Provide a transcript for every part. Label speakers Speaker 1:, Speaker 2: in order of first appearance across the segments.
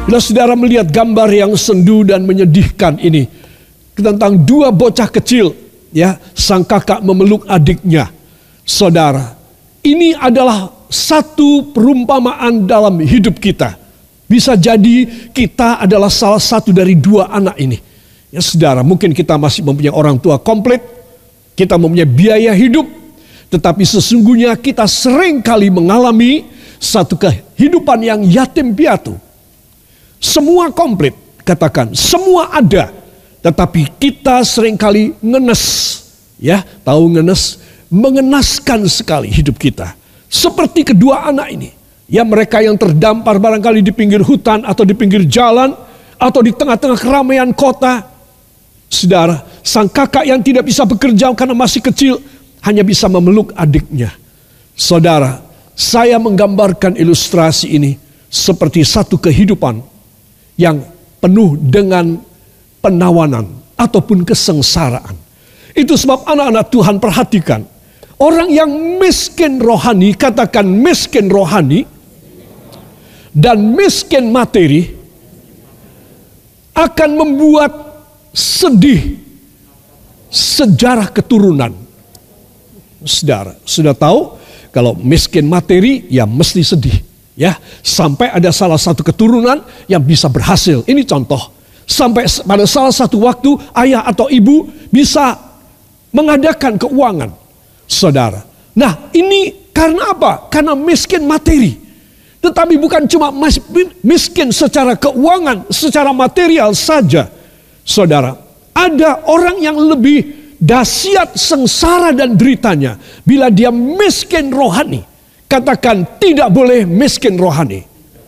Speaker 1: Bila saudara melihat gambar yang sendu dan menyedihkan ini, tentang dua bocah kecil, ya, sang kakak memeluk adiknya. Saudara, ini adalah satu perumpamaan dalam hidup kita. Bisa jadi kita adalah salah satu dari dua anak ini. Ya saudara, mungkin kita masih mempunyai orang tua komplit, kita mempunyai biaya hidup, tetapi sesungguhnya kita sering kali mengalami satu kehidupan yang yatim piatu. Semua komplit, katakan, semua ada. Tetapi kita seringkali ngenes, ya, tahu ngenes, mengenaskan sekali hidup kita. Seperti kedua anak ini, ya, mereka yang terdampar barangkali di pinggir hutan atau di pinggir jalan atau di tengah-tengah keramaian kota. Saudara, sang kakak yang tidak bisa bekerja karena masih kecil hanya bisa memeluk adiknya. Saudara, saya menggambarkan ilustrasi ini seperti satu kehidupan yang penuh dengan penawanan ataupun kesengsaraan. Itu sebab anak-anak Tuhan perhatikan. Orang yang miskin rohani, katakan miskin rohani, dan miskin materi, akan membuat sedih sejarah keturunan. Saudara, sudah tahu kalau miskin materi ya mesti sedih. Ya, sampai ada salah satu keturunan yang bisa berhasil. Ini contoh. Sampai pada salah satu waktu ayah atau ibu bisa mengadakan keuangan. Saudara. Nah, ini karena apa? Karena miskin materi. Tetapi bukan cuma miskin secara keuangan, secara material saja. Saudara, ada orang yang lebih dahsyat sengsara dan deritanya bila dia miskin rohani. Katakan tidak boleh miskin rohani.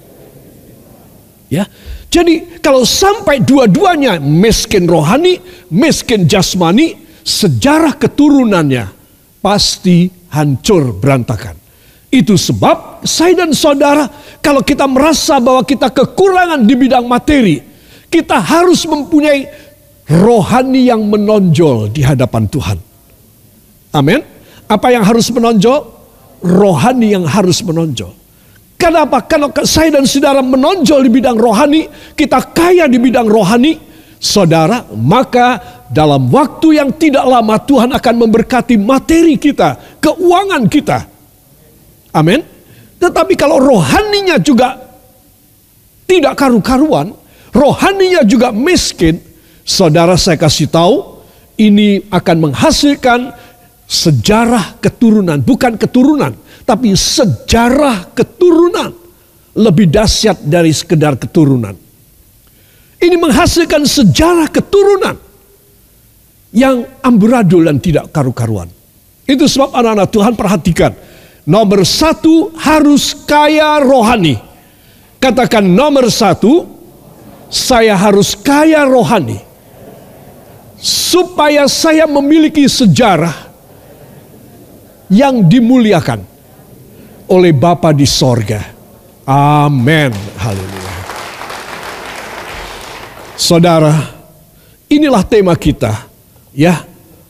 Speaker 1: Ya. Jadi kalau sampai dua-duanya miskin rohani, miskin jasmani, sejarah keturunannya pasti hancur berantakan. Itu sebab saya dan saudara, kalau kita merasa bahwa kita kekurangan di bidang materi, kita harus mempunyai rohani yang menonjol di hadapan Tuhan. Amin. Apa yang harus menonjol? Rohani yang harus menonjol. Kenapa? Kalau saya dan saudara menonjol di bidang rohani, kita kaya di bidang rohani, saudara, maka dalam waktu yang tidak lama Tuhan akan memberkati materi kita, keuangan kita. Amin. Tetapi kalau rohaninya juga tidak karu-karuan, rohaninya juga miskin, saudara, saya kasih tahu, ini akan menghasilkan sejarah keturunan, bukan keturunan, tapi sejarah keturunan lebih dahsyat dari sekedar keturunan. Ini menghasilkan sejarah keturunan yang amburadul dan tidak karu-karuan. Itu sebab anak-anak Tuhan perhatikan. Nomor satu, harus kaya rohani. Katakan nomor satu, saya harus kaya rohani. Supaya saya memiliki sejarah yang dimuliakan oleh Bapa di sorga. Amin. Haleluya. Saudara, inilah tema kita. Ya.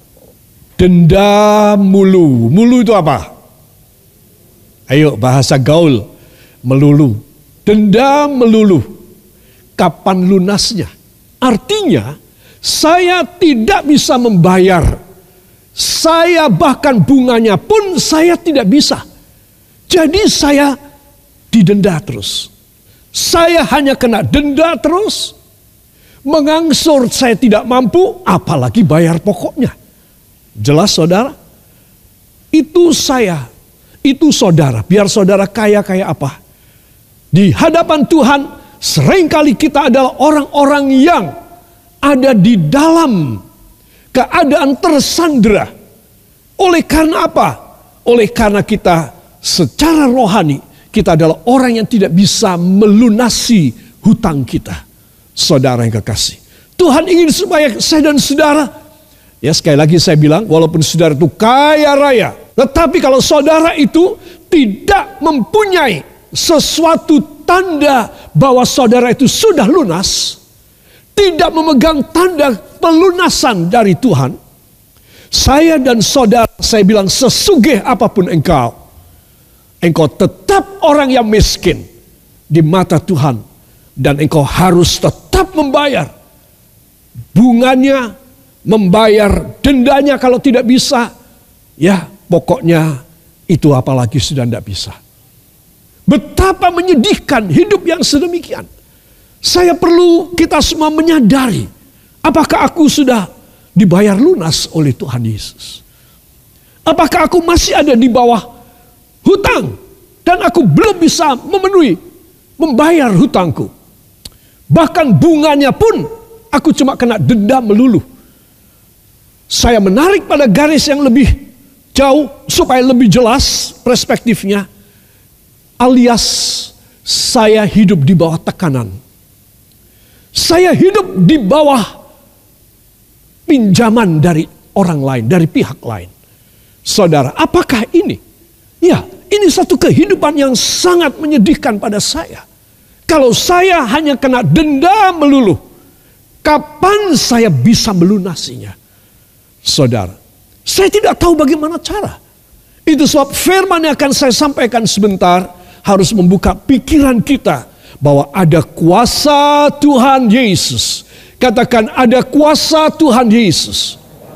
Speaker 1: Denda mulu. Mulu itu apa? Ayo bahasa gaul. Melulu. Denda melulu. Kapan lunasnya? Artinya, saya tidak bisa membayar. Saya bahkan bunganya pun saya tidak bisa. Jadi saya didenda terus. Saya hanya kena denda terus. Mengangsur saya tidak mampu, apalagi bayar pokoknya. Jelas saudara? Itu saya, itu saudara. Biar saudara kaya apa. Di hadapan Tuhan, seringkali kita adalah orang-orang yang ada di dalam keadaan tersandera. Oleh karena apa? Oleh karena kita secara rohani, kita adalah orang yang tidak bisa melunasi hutang kita. Saudara yang kekasih, Tuhan ingin supaya saya dan saudara, ya sekali lagi saya bilang, walaupun saudara itu kaya raya, tetapi kalau saudara itu tidak mempunyai sesuatu tanda bahwa saudara itu sudah lunas, tidak memegang tanda pelunasan dari Tuhan, saya dan saudara, saya bilang sesugih apapun engkau tetap orang yang miskin di mata Tuhan. Dan engkau harus tetap membayar bunganya, membayar dendanya kalau tidak bisa. Ya, pokoknya itu apalagi sudah tidak bisa. Betapa menyedihkan hidup yang sedemikian. Saya perlu kita semua menyadari, apakah aku sudah dibayar lunas oleh Tuhan Yesus? Apakah aku masih ada di bawah hutang dan aku belum bisa membayar hutangku? Bahkan bunganya pun aku cuma kena denda melulu. Saya menarik pada garis yang lebih jauh supaya lebih jelas perspektifnya. Alias saya hidup di bawah tekanan. Saya hidup di bawah pinjaman dari orang lain, dari pihak lain. Saudara, apakah ini? Ya, ini satu kehidupan yang sangat menyedihkan pada saya. Kalau saya hanya kena denda melulu, kapan saya bisa melunasinya? Saudara, saya tidak tahu bagaimana cara. Itu sebab firman yang akan saya sampaikan sebentar harus membuka pikiran kita bahwa ada kuasa Tuhan Yesus. Katakan, ada kuasa Tuhan Yesus.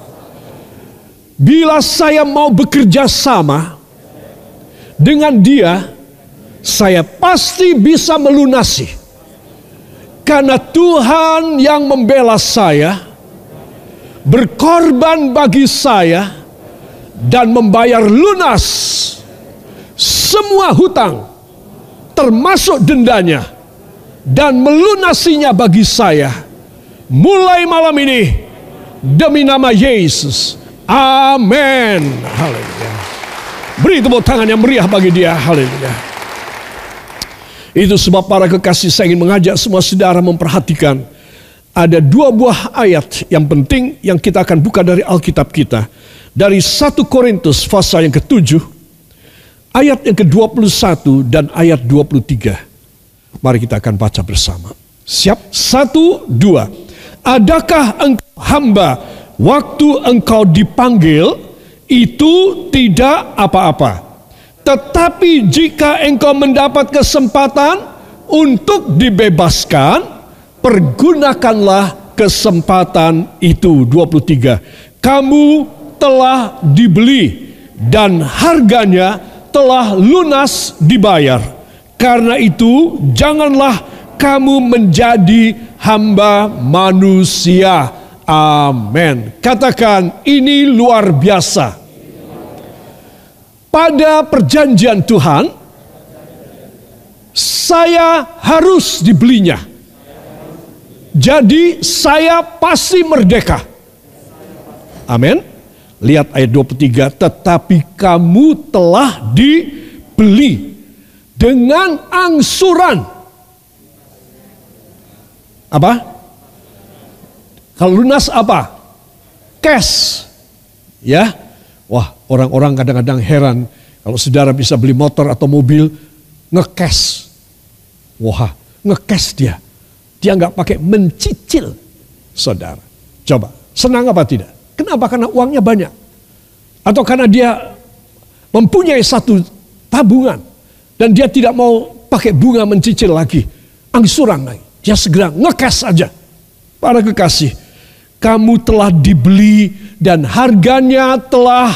Speaker 1: Bila saya mau bekerja sama dengan Dia, saya pasti bisa melunasi. Karena Tuhan yang membela saya, berkorban bagi saya, dan membayar lunas semua hutang, termasuk dendanya, dan melunasinya bagi saya. Mulai malam ini, demi nama Yesus. Amin. Haleluya. Beri tepuk tangan yang meriah bagi Dia. Haleluya. Itu sebab para kekasih, saya ingin mengajak semua saudara memperhatikan ada dua buah ayat yang penting yang kita akan buka dari Alkitab kita. Dari 1 Korintus pasal yang ke-7, ayat yang ke-21 dan ayat 23. Mari kita akan baca bersama. Siap? 1, 2. Adakah engkau hamba waktu engkau dipanggil itu tidak apa-apa? Tetapi jika engkau mendapat kesempatan untuk dibebaskan, pergunakanlah kesempatan itu. 23. Kamu telah dibeli dan harganya telah lunas dibayar. Karena itu janganlah kamu menjadi hamba manusia. Amin. Katakan, ini luar biasa. Pada perjanjian Tuhan, saya harus dibelinya. Jadi saya pasti merdeka. Amin. Lihat ayat 23. Tetapi kamu telah dibeli dengan angsuran. Apa? Kalau lunas apa? Cash. Ya. Wah, orang-orang kadang-kadang heran kalau saudara bisa beli motor atau mobil nge-cash. Wah, nge-cash dia. Dia nggak pakai mencicil, saudara. Coba, senang apa tidak? Kenapa? Karena uangnya banyak. Atau karena dia mempunyai satu tabungan dan dia tidak mau pakai bunga mencicil lagi, angsuran lagi. Dia segera nge-cash aja. Para kekasih, kamu telah dibeli dan harganya telah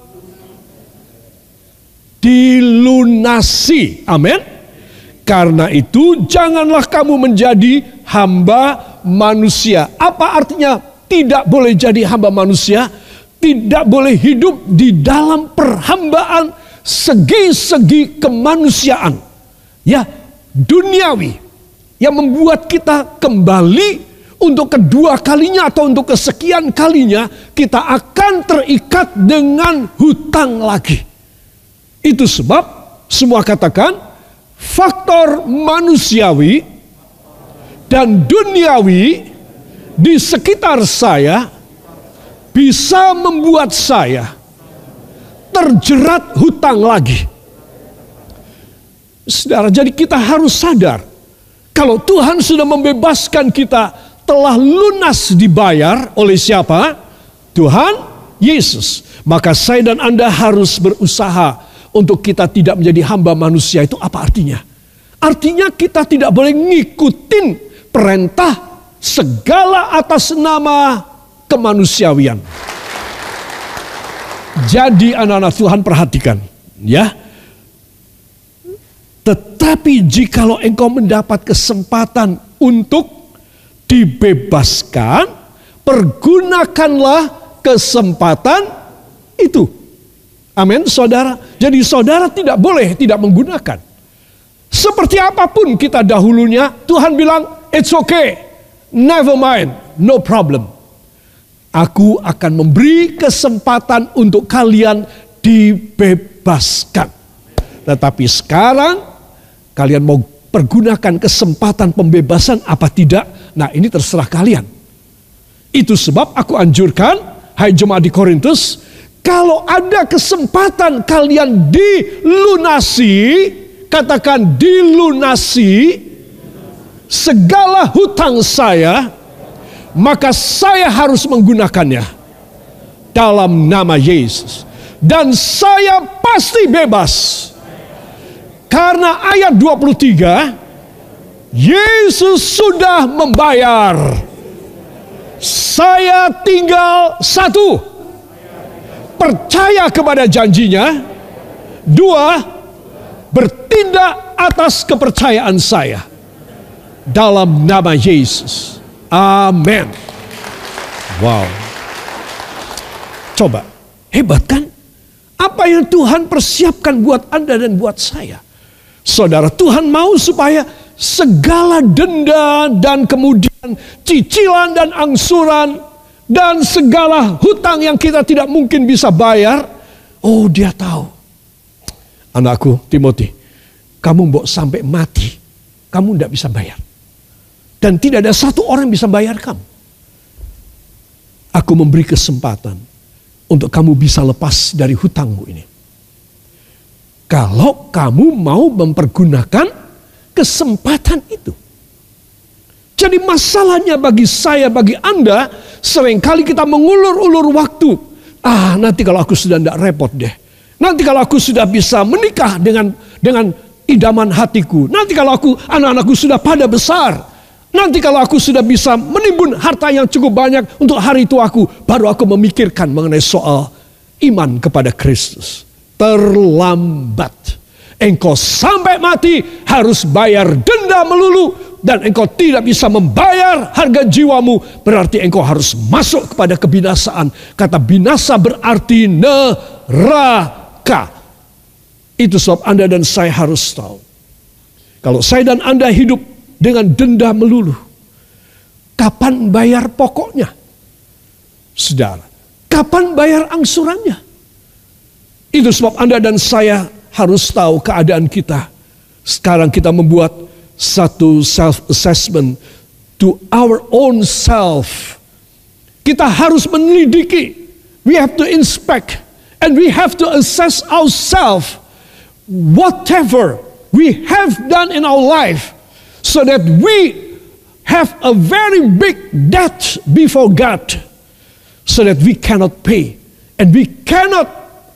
Speaker 1: dilunasi. Amin. Karena itu janganlah kamu menjadi hamba manusia. Apa artinya tidak boleh jadi hamba manusia? Tidak boleh hidup di dalam perhambaan segi-segi kemanusiaan. Ya, duniawi. Yang membuat kita kembali untuk kedua kalinya atau untuk kesekian kalinya kita akan terikat dengan hutang lagi. Itu sebab semua katakan faktor manusiawi dan duniawi di sekitar saya bisa membuat saya terjerat hutang lagi. Saudara, jadi kita harus sadar kalau Tuhan sudah membebaskan kita, telah lunas dibayar oleh siapa? Tuhan Yesus. Maka saya dan Anda harus berusaha untuk kita tidak menjadi hamba manusia. Itu apa artinya? Artinya kita tidak boleh ngikutin perintah segala atas nama kemanusiawian. Jadi anak-anak Tuhan perhatikan, ya. Tetapi jikalau engkau mendapat kesempatan untuk dibebaskan, pergunakanlah kesempatan itu. Amin, saudara. Jadi saudara tidak boleh tidak menggunakan. Seperti apapun kita dahulunya, Tuhan bilang, it's okay, never mind, no problem. Aku akan memberi kesempatan untuk kalian dibebaskan. Tetapi sekarang, kalian mau pergunakan kesempatan pembebasan apa tidak? Nah, ini terserah kalian. Itu sebab aku anjurkan, hai jemaat di Korintus, kalau ada kesempatan kalian dilunasi, katakan dilunasi, segala hutang saya, maka saya harus menggunakannya dalam nama Yesus. Dan saya pasti bebas. Karena ayat 23, Yesus sudah membayar. Saya tinggal satu, percaya kepada janjinya. Dua, bertindak atas kepercayaan saya dalam nama Yesus. Amin. Wow. Coba, hebat kan? Apa yang Tuhan persiapkan buat Anda dan buat saya. Saudara, Tuhan mau supaya segala denda dan kemudian cicilan dan angsuran dan segala hutang yang kita tidak mungkin bisa bayar, oh Dia tahu. Anakku Timothy, kamu mau sampai mati, kamu tidak bisa bayar. Dan tidak ada satu orang yang bisa bayar kamu. Aku memberi kesempatan untuk kamu bisa lepas dari hutangmu ini. Kalau kamu mau mempergunakan kesempatan itu. Jadi masalahnya bagi saya, bagi Anda, seringkali kita mengulur-ulur waktu. Nanti kalau aku sudah tidak repot deh. Nanti kalau aku sudah bisa menikah dengan idaman hatiku. Nanti kalau anak-anakku sudah pada besar. Nanti kalau aku sudah bisa menimbun harta yang cukup banyak untuk hari tuaku, baru aku memikirkan mengenai soal iman kepada Kristus. Terlambat. Engkau sampai mati harus bayar denda melulu, dan engkau tidak bisa membayar harga jiwamu, berarti engkau harus masuk kepada kebinasaan. Kata binasa berarti neraka. Itu sebab Anda dan saya harus tahu. Kalau saya dan Anda hidup dengan denda melulu, kapan bayar pokoknya? Saudara, kapan bayar angsurannya? Itu sebab Anda dan saya harus tahu keadaan kita. Sekarang kita membuat satu self-assessment to our own self. Kita harus meneliti. We have to inspect and we have to assess ourselves. Whatever we have done in our life, so that we have a very big debt before God, so that we cannot pay and we cannot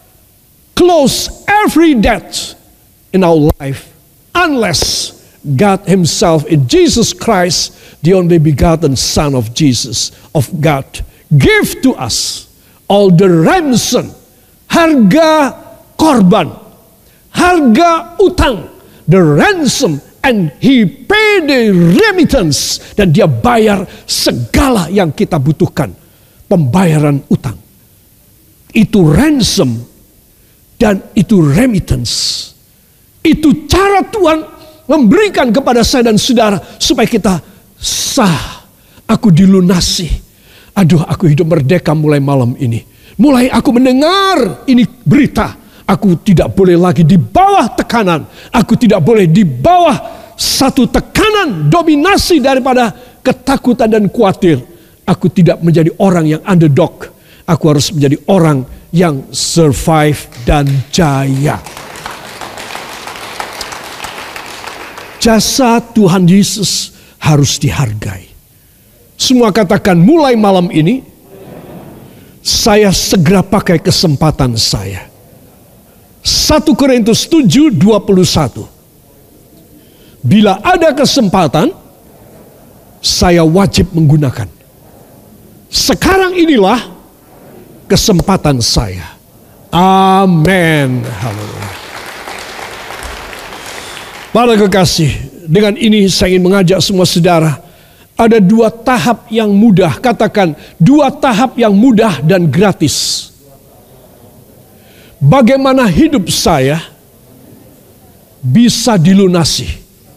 Speaker 1: close every debt in our life unless God Himself in Jesus Christ, the only begotten Son of Jesus, of God, give to us all the ransom, harga korban, harga utang, the ransom, and He pay the remittance, dan Dia bayar segala yang kita butuhkan. Pembayaran utang. Itu ransom dan itu remittance. Itu cara Tuhan memberikan kepada saya dan saudara supaya kita sah. Aku dilunasi. Aduh, aku hidup merdeka mulai malam ini. Mulai aku mendengar ini berita, aku tidak boleh lagi di bawah tekanan. Aku tidak boleh di bawah satu tekanan dominasi daripada ketakutan dan khawatir. Aku tidak menjadi orang yang underdog. Aku harus menjadi orang yang survive dan jaya. Jasa Tuhan Yesus harus dihargai. Semua katakan, mulai malam ini saya segera pakai kesempatan saya. 1 Korintus 7:21. Bila ada kesempatan, saya wajib menggunakan. Sekarang inilah kesempatan saya. Amin. Haleluya. Para kekasih, dengan ini saya ingin mengajak semua saudara. Ada 2 tahap yang mudah. Katakan 2 tahap yang mudah dan gratis. Bagaimana hidup saya bisa dilunasi.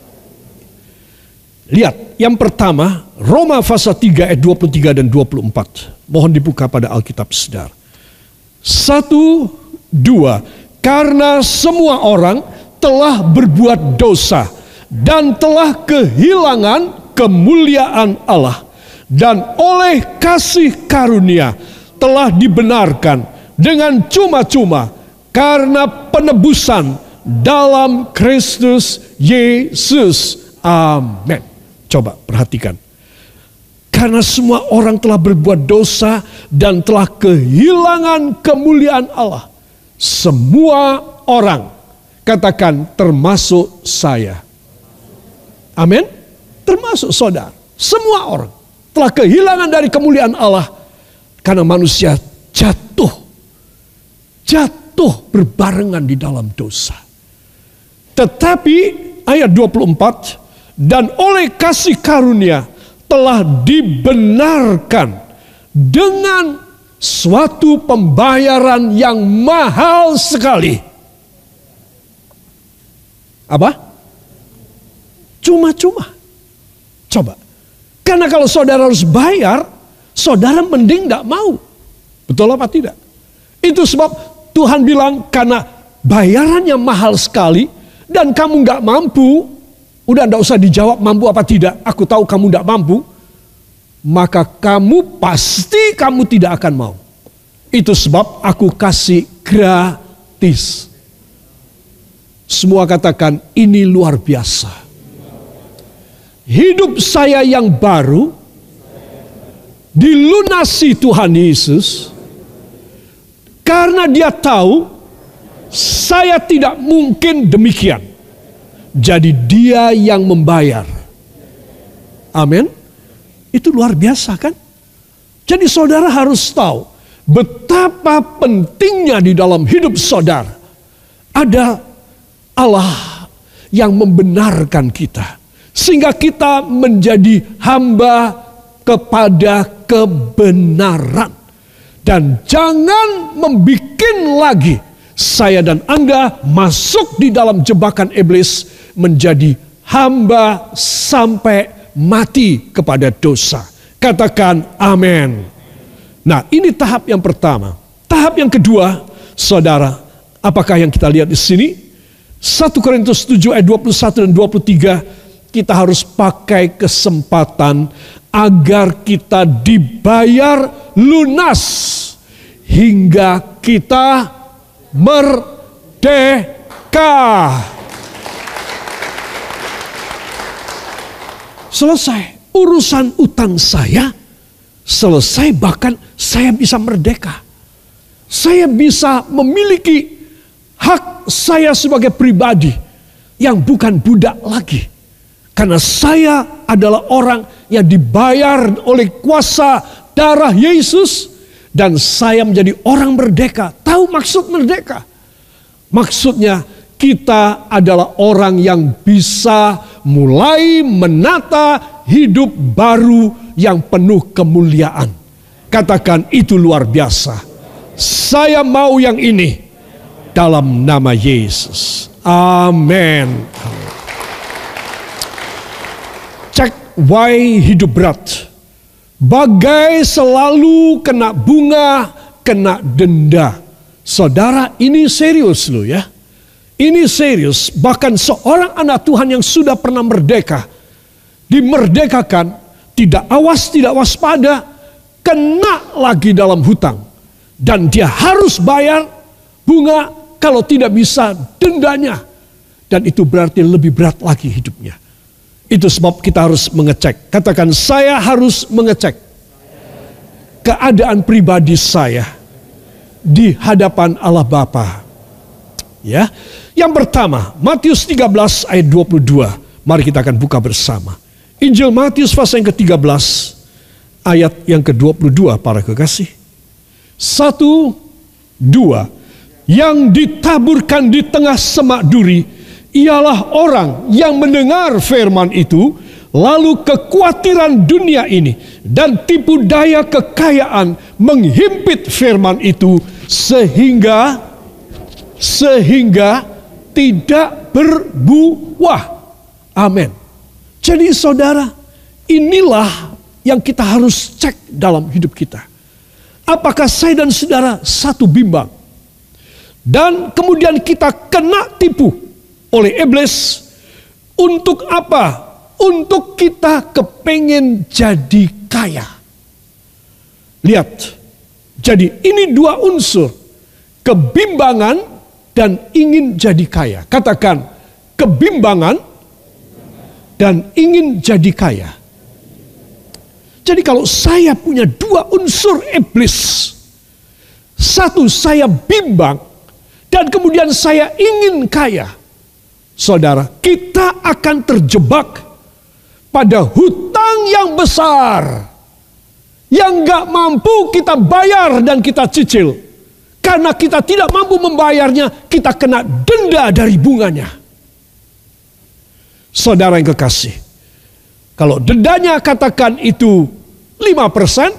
Speaker 1: Lihat, yang pertama, Roma pasal 3 ayat 23 dan 24. Mohon dibuka pada Alkitab saudara. 1, 2. Karena semua orang telah berbuat dosa dan telah kehilangan kemuliaan Allah, dan oleh kasih karunia telah dibenarkan dengan cuma-cuma karena penebusan dalam Kristus Yesus. Amin. Coba perhatikan. Karena semua orang telah berbuat dosa dan telah kehilangan kemuliaan Allah. Semua orang, katakan termasuk saya. Amin. Termasuk saudara. Semua orang telah kehilangan dari kemuliaan Allah. Karena manusia jatuh berbarengan di dalam dosa. Tetapi ayat 24, dan oleh kasih karunia telah dibenarkan dengan suatu pembayaran yang mahal sekali. Apa? Cuma-cuma. Coba. Karena kalau saudara harus bayar, saudara mending tidak mau. Betul apa tidak? Itu sebab Tuhan bilang karena bayarannya mahal sekali dan kamu nggak mampu, udah tidak usah dijawab mampu apa tidak, aku tahu kamu tidak mampu, maka pasti kamu tidak akan mau. Itu sebab aku kasih gratis. Semua katakan ini luar biasa. Hidup saya yang baru dilunasi Tuhan Yesus karena Dia tahu saya tidak mungkin demikian. Jadi Dia yang membayar. Amin. Itu luar biasa kan? Jadi saudara harus tahu betapa pentingnya di dalam hidup saudara ada Allah yang membenarkan kita. Sehingga kita menjadi hamba kepada kebenaran. Dan jangan membikin lagi saya dan Anda masuk di dalam jebakan iblis menjadi hamba sampai mati kepada dosa. Katakan amin. Nah, ini tahap yang pertama. Tahap yang kedua, saudara, apakah yang kita lihat di sini? 1 Korintus 7 ayat 21 dan 23. Kita harus pakai kesempatan agar kita dibayar lunas hingga kita merdeka. Selesai urusan utang saya, selesai, bahkan saya bisa merdeka. Saya bisa memiliki hak saya sebagai pribadi yang bukan budak lagi. Karena saya adalah orang yang dibayar oleh kuasa darah Yesus. Dan saya menjadi orang merdeka. Tahu maksud merdeka? Maksudnya kita adalah orang yang bisa mulai menata hidup baru yang penuh kemuliaan. Katakan itu luar biasa. Saya mau yang ini. Dalam nama Yesus. Amin. Cek why hidup berat. Bagai selalu kena bunga, kena denda. Saudara, ini serius loh ya. Ini serius. Bahkan seorang anak Tuhan yang sudah pernah merdeka, dimerdekakan, tidak awas, tidak waspada, kena lagi dalam hutang. Dan dia harus bayar bunga, kalau tidak bisa dendanya. Dan itu berarti lebih berat lagi hidupnya. Itu sebab kita harus mengecek. Katakan, saya harus mengecek keadaan pribadi saya di hadapan Allah Bapa. Ya. Yang pertama, Matius 13 ayat 22. Mari kita akan buka bersama. Injil Matius pasal yang ke-13 ayat yang ke-22 para kekasih. 1, 2. Yang ditaburkan di tengah semak duri ialah orang yang mendengar firman itu, lalu kekhawatiran dunia ini dan tipu daya kekayaan menghimpit firman itu sehingga tidak berbuah. Amin. Jadi saudara, inilah yang kita harus cek dalam hidup kita. Apakah saya dan saudara satu bimbang? Dan kemudian kita kena tipu oleh iblis. Untuk apa? Untuk kita kepengen jadi kaya. Lihat. Jadi ini dua unsur. Kebimbangan dan ingin jadi kaya. Katakan kebimbangan dan ingin jadi kaya. Jadi kalau saya punya dua unsur iblis. Satu, saya bimbang. Dan kemudian saya ingin kaya. Saudara, kita akan terjebak pada hutang yang besar. Yang gak mampu kita bayar dan kita cicil. Karena kita tidak mampu membayarnya, kita kena denda dari bunganya. Saudara yang kekasih, kalau dendanya katakan itu 5%,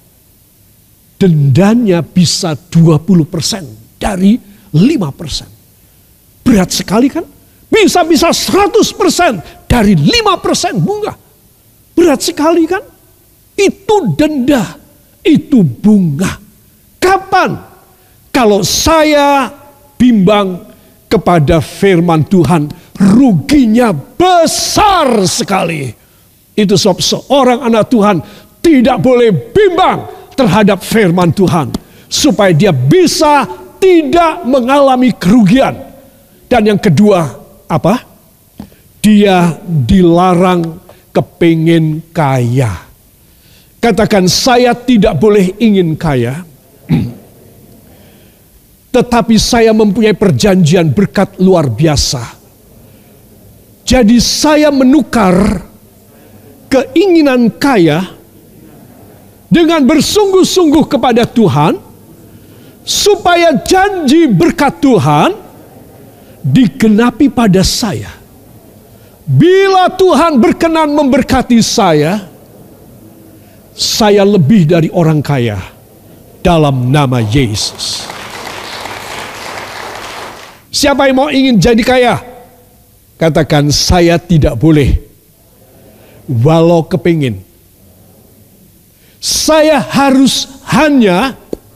Speaker 1: dendanya bisa 20% dari 5%. Berat sekali kan? Bisa-bisa 100% dari 5% bunga. Berat sekali kan? Itu denda, itu bunga. Kapan? Kalau saya bimbang kepada firman Tuhan, ruginya besar sekali. Itu sebab seorang anak Tuhan tidak boleh bimbang terhadap firman Tuhan. Supaya dia bisa tidak mengalami kerugian. Dan yang kedua, apa? Dia dilarang kepingin kaya. Katakan, saya tidak boleh ingin kaya. Tetapi saya mempunyai perjanjian berkat luar biasa. Jadi saya menukar keinginan kaya dengan bersungguh-sungguh kepada Tuhan, supaya janji berkat Tuhan digenapi pada saya. Bila Tuhan berkenan memberkati saya lebih dari orang kaya dalam nama Yesus. Siapa yang mau ingin jadi kaya? Katakan, saya tidak boleh walau kepingin. Saya harus hanya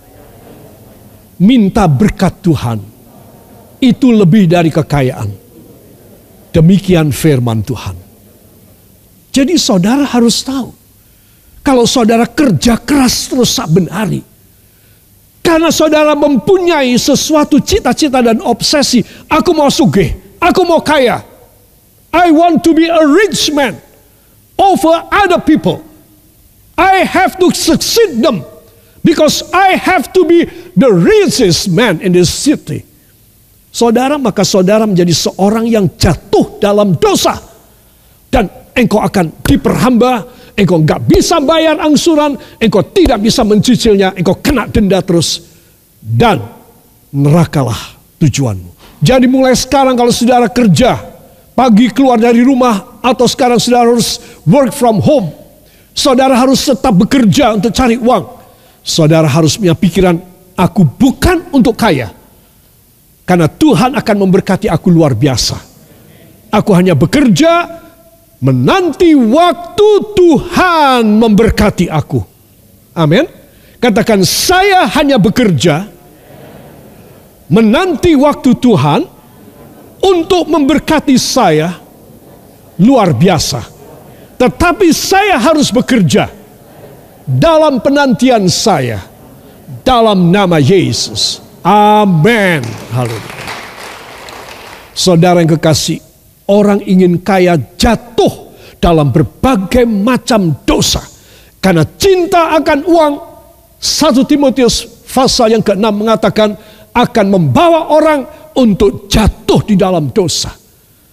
Speaker 1: minta berkat Tuhan. Itu lebih dari kekayaan. Demikian firman Tuhan. Jadi saudara harus tahu. Kalau saudara kerja keras terus saben hari. Karena saudara mempunyai sesuatu cita-cita dan obsesi. Aku mau sugih. Aku mau kaya. I want to be a rich man over other people. I have to succeed them. Because I have to be the richest man in this city. Saudara, maka saudara menjadi seorang yang jatuh dalam dosa. Dan engkau akan diperhamba. Engkau gak bisa bayar angsuran. Engkau tidak bisa mencicilnya. Engkau kena denda terus. Dan nerakalah tujuanmu. Jadi mulai sekarang kalau saudara kerja. Pagi keluar dari rumah. Atau sekarang saudara harus work from home. Saudara harus tetap bekerja untuk cari uang. Saudara harus punya pikiran, aku bukan untuk kaya. Karena Tuhan akan memberkati aku luar biasa. Aku hanya bekerja, menanti waktu Tuhan memberkati aku. Amin. Katakan, saya hanya bekerja, menanti waktu Tuhan untuk memberkati saya luar biasa. Tetapi saya harus bekerja dalam penantian saya, dalam nama Yesus. Amin. Haleluya. Saudara yang kekasih, orang ingin kaya jatuh dalam berbagai macam dosa. Karena cinta akan uang, 1 Timotius pasal yang ke-6 mengatakan akan membawa orang untuk jatuh di dalam dosa.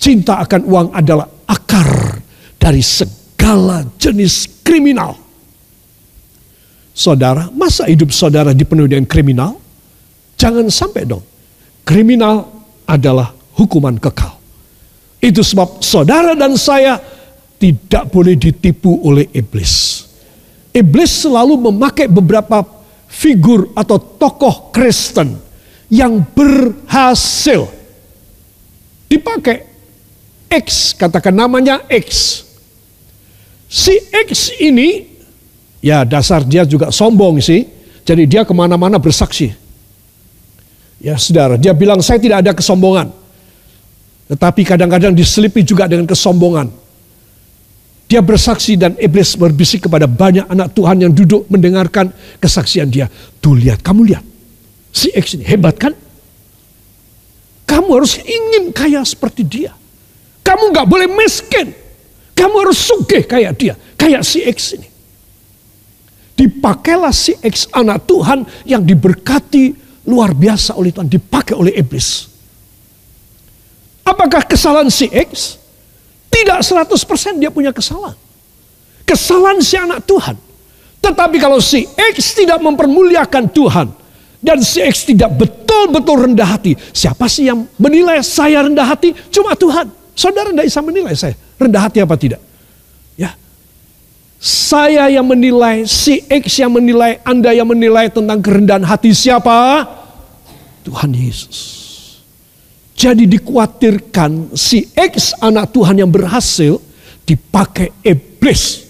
Speaker 1: Cinta akan uang adalah akar dari segala jenis kriminal. Saudara, masa hidup saudara dipenuhi dengan kriminal? Jangan sampai dong. Kriminal adalah hukuman kekal. Itu sebab saudara dan saya tidak boleh ditipu oleh iblis. Iblis selalu memakai beberapa figur atau tokoh Kristen yang berhasil. Dipakai X, katakan namanya X. Si X ini, ya dasar dia juga sombong sih. Jadi dia kemana-mana bersaksi. Ya saudara, dia bilang saya tidak ada kesombongan. Tetapi kadang-kadang diselipi juga dengan kesombongan. Dia bersaksi dan iblis berbisik kepada banyak anak Tuhan yang duduk mendengarkan kesaksian dia. Tuh lihat, kamu lihat. Si X ini hebat kan? Kamu harus ingin kaya seperti dia. Kamu gak boleh miskin. Kamu harus sugih kayak dia. Kayak si X ini. Dipakailah si X anak Tuhan yang diberkati luar biasa oleh Tuhan. Dipakai oleh iblis. Apakah kesalahan si X? Tidak 100% dia punya kesalahan. Kesalahan si anak Tuhan. Tetapi kalau si X tidak mempermuliakan Tuhan. Dan si X tidak betul-betul rendah hati. Siapa sih yang menilai saya rendah hati? Cuma Tuhan. Saudara tidak bisa menilai saya rendah hati apa tidak. Ya, saya yang menilai, si X yang menilai, Anda yang menilai tentang kerendahan hati siapa? Tuhan Yesus. Jadi dikhawatirkan si X anak Tuhan yang berhasil dipakai iblis.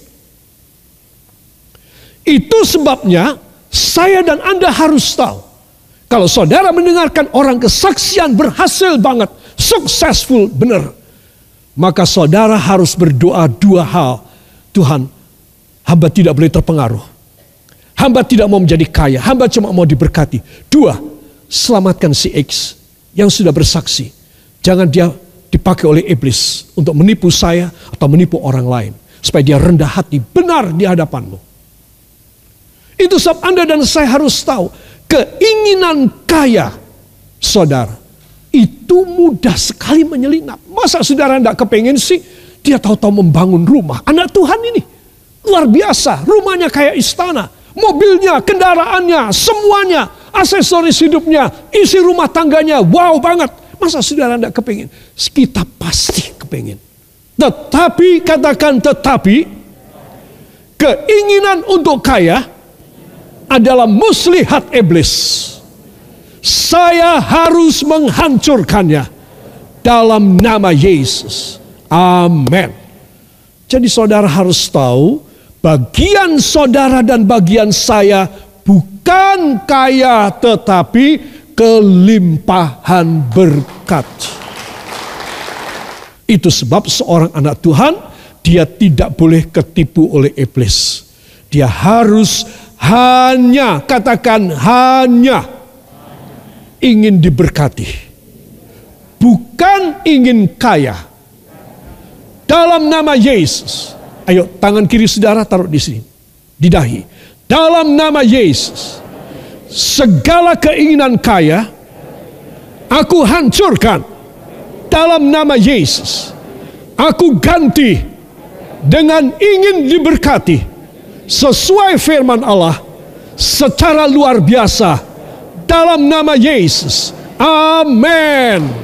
Speaker 1: Itu sebabnya saya dan Anda harus tahu. Kalau saudara mendengarkan orang kesaksian berhasil banget, successful benar. Maka saudara harus berdoa dua hal. Tuhan, hamba tidak boleh terpengaruh. Hamba tidak mau menjadi kaya. Hamba cuma mau diberkati. Dua, selamatkan si X yang sudah bersaksi. Jangan dia dipakai oleh iblis untuk menipu saya atau menipu orang lain. Supaya dia rendah hati benar di hadapanmu. Itu sebab Anda dan saya harus tahu. Keinginan kaya saudara. Itu mudah sekali menyelinap. Masa saudara tidak kepengen sih? Dia tahu-tahu membangun rumah. Anak Tuhan ini. Luar biasa. Rumahnya kayak istana. Mobilnya, kendaraannya, semuanya. Aksesoris hidupnya. Isi rumah tangganya. Wow banget. Masa saudara tidak kepengen? Kita pasti kepengen. Tetapi, katakan tetapi. Keinginan untuk kaya adalah muslihat iblis. Saya harus menghancurkannya dalam nama Yesus. Amin. Jadi saudara harus tahu, bagian saudara dan bagian saya bukan kaya tetapi kelimpahan berkat. Itu sebab seorang anak Tuhan, dia tidak boleh ketipu oleh iblis. Dia harus hanya, katakan hanya, ingin diberkati, bukan ingin kaya. Dalam nama Yesus, ayo tangan kiri saudara taruh di sini, di dahi. Dalam nama Yesus, segala keinginan kaya, aku hancurkan. Dalam nama Yesus, aku ganti dengan ingin diberkati, sesuai firman Allah, secara luar biasa. Dalam nama Yesus. Amin.